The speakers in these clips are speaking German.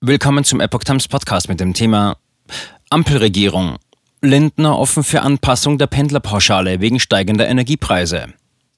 Willkommen zum Epoch Times Podcast mit dem Thema Ampelregierung. Lindner offen für Anpassung der Pendlerpauschale wegen steigender Energiepreise.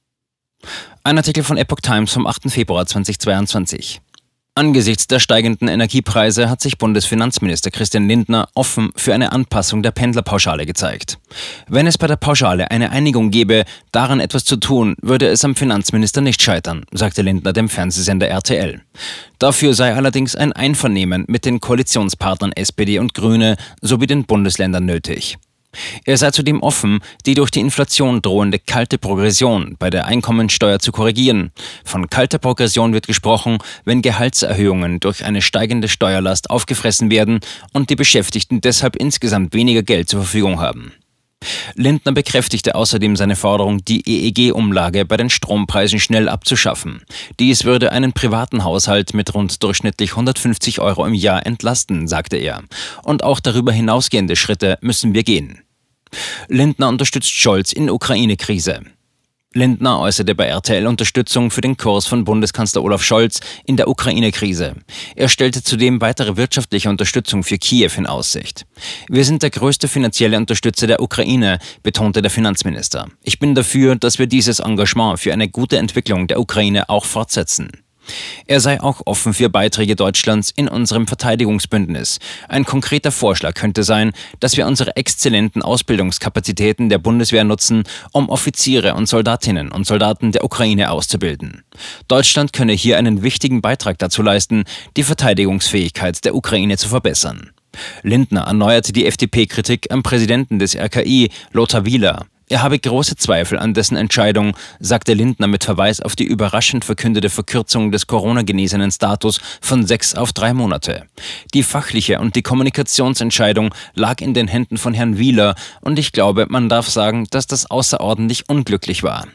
Ein Artikel von Epoch Times vom 8. Februar 2022. Angesichts der steigenden Energiepreise hat sich Bundesfinanzminister Christian Lindner offen für eine Anpassung der Pendlerpauschale gezeigt. Wenn es bei der Pauschale eine Einigung gäbe, daran etwas zu tun, würde es am Finanzminister nicht scheitern, sagte Lindner dem Fernsehsender RTL. Dafür sei allerdings ein Einvernehmen mit den Koalitionspartnern SPD und Grüne sowie den Bundesländern nötig. Er sei zudem offen, die durch die Inflation drohende kalte Progression bei der Einkommensteuer zu korrigieren. Von kalter Progression wird gesprochen, wenn Gehaltserhöhungen durch eine steigende Steuerlast aufgefressen werden und die Beschäftigten deshalb insgesamt weniger Geld zur Verfügung haben. Lindner bekräftigte außerdem seine Forderung, die EEG-Umlage bei den Strompreisen schnell abzuschaffen. Dies würde einen privaten Haushalt mit rund durchschnittlich 150 € im Jahr entlasten, sagte er. Und auch darüber hinausgehende Schritte müssen wir gehen. Lindner unterstützt Scholz in Ukraine-Krise. Lindner äußerte bei RTL Unterstützung für den Kurs von Bundeskanzler Olaf Scholz in der Ukraine-Krise. Er stellte zudem weitere wirtschaftliche Unterstützung für Kiew in Aussicht. Wir sind der größte finanzielle Unterstützer der Ukraine, betonte der Finanzminister. Ich bin dafür, dass wir dieses Engagement für eine gute Entwicklung der Ukraine auch fortsetzen. Er sei auch offen für Beiträge Deutschlands in unserem Verteidigungsbündnis. Ein konkreter Vorschlag könnte sein, dass wir unsere exzellenten Ausbildungskapazitäten der Bundeswehr nutzen, um Offiziere und Soldatinnen und Soldaten der Ukraine auszubilden. Deutschland könne hier einen wichtigen Beitrag dazu leisten, die Verteidigungsfähigkeit der Ukraine zu verbessern. Lindner erneuerte die FDP-Kritik am Präsidenten des RKI, Lothar Wieler. Er habe große Zweifel an dessen Entscheidung, sagte Lindner mit Verweis auf die überraschend verkündete Verkürzung des Corona-Genesenen-Status von 6 auf 3 Monate. Die fachliche und die Kommunikationsentscheidung lag in den Händen von Herrn Wieler und ich glaube, man darf sagen, dass das außerordentlich unglücklich war.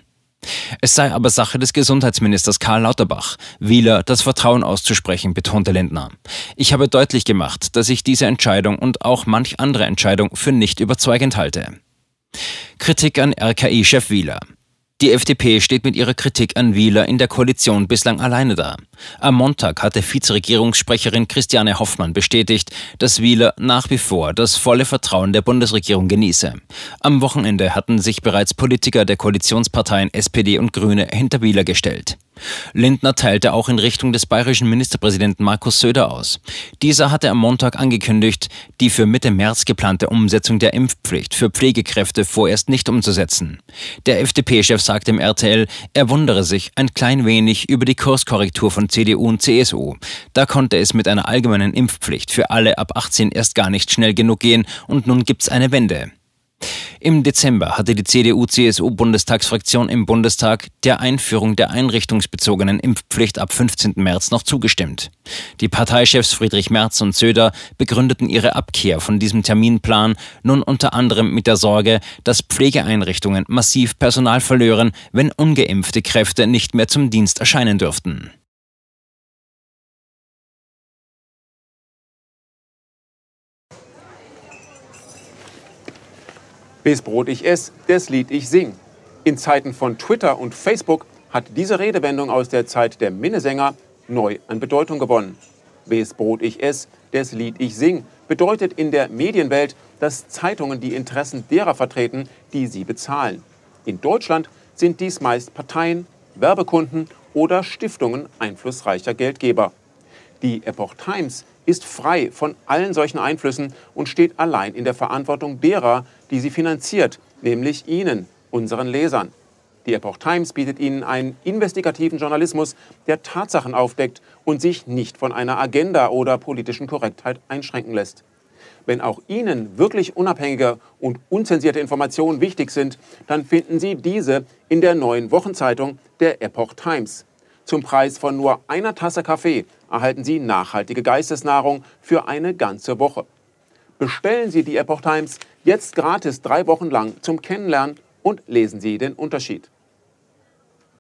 Es sei aber Sache des Gesundheitsministers Karl Lauterbach, Wieler das Vertrauen auszusprechen, betonte Lindner. Ich habe deutlich gemacht, dass ich diese Entscheidung und auch manch andere Entscheidung für nicht überzeugend halte. Kritik an RKI-Chef Wieler. Die FDP steht mit ihrer Kritik an Wieler in der Koalition bislang alleine da. Am Montag hatte Vizeregierungssprecherin Christiane Hoffmann bestätigt, dass Wieler nach wie vor das volle Vertrauen der Bundesregierung genieße. Am Wochenende hatten sich bereits Politiker der Koalitionsparteien SPD und Grüne hinter Wieler gestellt. Lindner teilte auch in Richtung des bayerischen Ministerpräsidenten Markus Söder aus. Dieser hatte am Montag angekündigt, die für Mitte März geplante Umsetzung der Impfpflicht für Pflegekräfte vorerst nicht umzusetzen. Der FDP-Chef sagte im RTL, er wundere sich ein klein wenig über die Kurskorrektur von CDU und CSU. Da konnte es mit einer allgemeinen Impfpflicht für alle ab 18 erst gar nicht schnell genug gehen und nun gibt's eine Wende. Im Dezember hatte die CDU-CSU-Bundestagsfraktion im Bundestag der Einführung der einrichtungsbezogenen Impfpflicht ab 15. März noch zugestimmt. Die Parteichefs Friedrich Merz und Söder begründeten ihre Abkehr von diesem Terminplan nun unter anderem mit der Sorge, dass Pflegeeinrichtungen massiv Personal verlören, wenn ungeimpfte Kräfte nicht mehr zum Dienst erscheinen dürften. Wes Brot ich ess, des Lied ich sing. In Zeiten von Twitter und Facebook hat diese Redewendung aus der Zeit der Minnesänger neu an Bedeutung gewonnen. Wes Brot ich ess, des Lied ich sing bedeutet in der Medienwelt, dass Zeitungen die Interessen derer vertreten, die sie bezahlen. In Deutschland sind dies meist Parteien, Werbekunden oder Stiftungen einflussreicher Geldgeber. Die Epoch Times ist frei von allen solchen Einflüssen und steht allein in der Verantwortung derer, die sie finanziert, nämlich Ihnen, unseren Lesern. Die Epoch Times bietet Ihnen einen investigativen Journalismus, der Tatsachen aufdeckt und sich nicht von einer Agenda oder politischen Korrektheit einschränken lässt. Wenn auch Ihnen wirklich unabhängige und unzensierte Informationen wichtig sind, dann finden Sie diese in der neuen Wochenzeitung der Epoch Times. Zum Preis von nur einer Tasse Kaffee erhalten Sie nachhaltige Geistesnahrung für eine ganze Woche. Bestellen Sie die Epoch Times jetzt gratis 3 Wochen lang zum Kennenlernen und lesen Sie den Unterschied.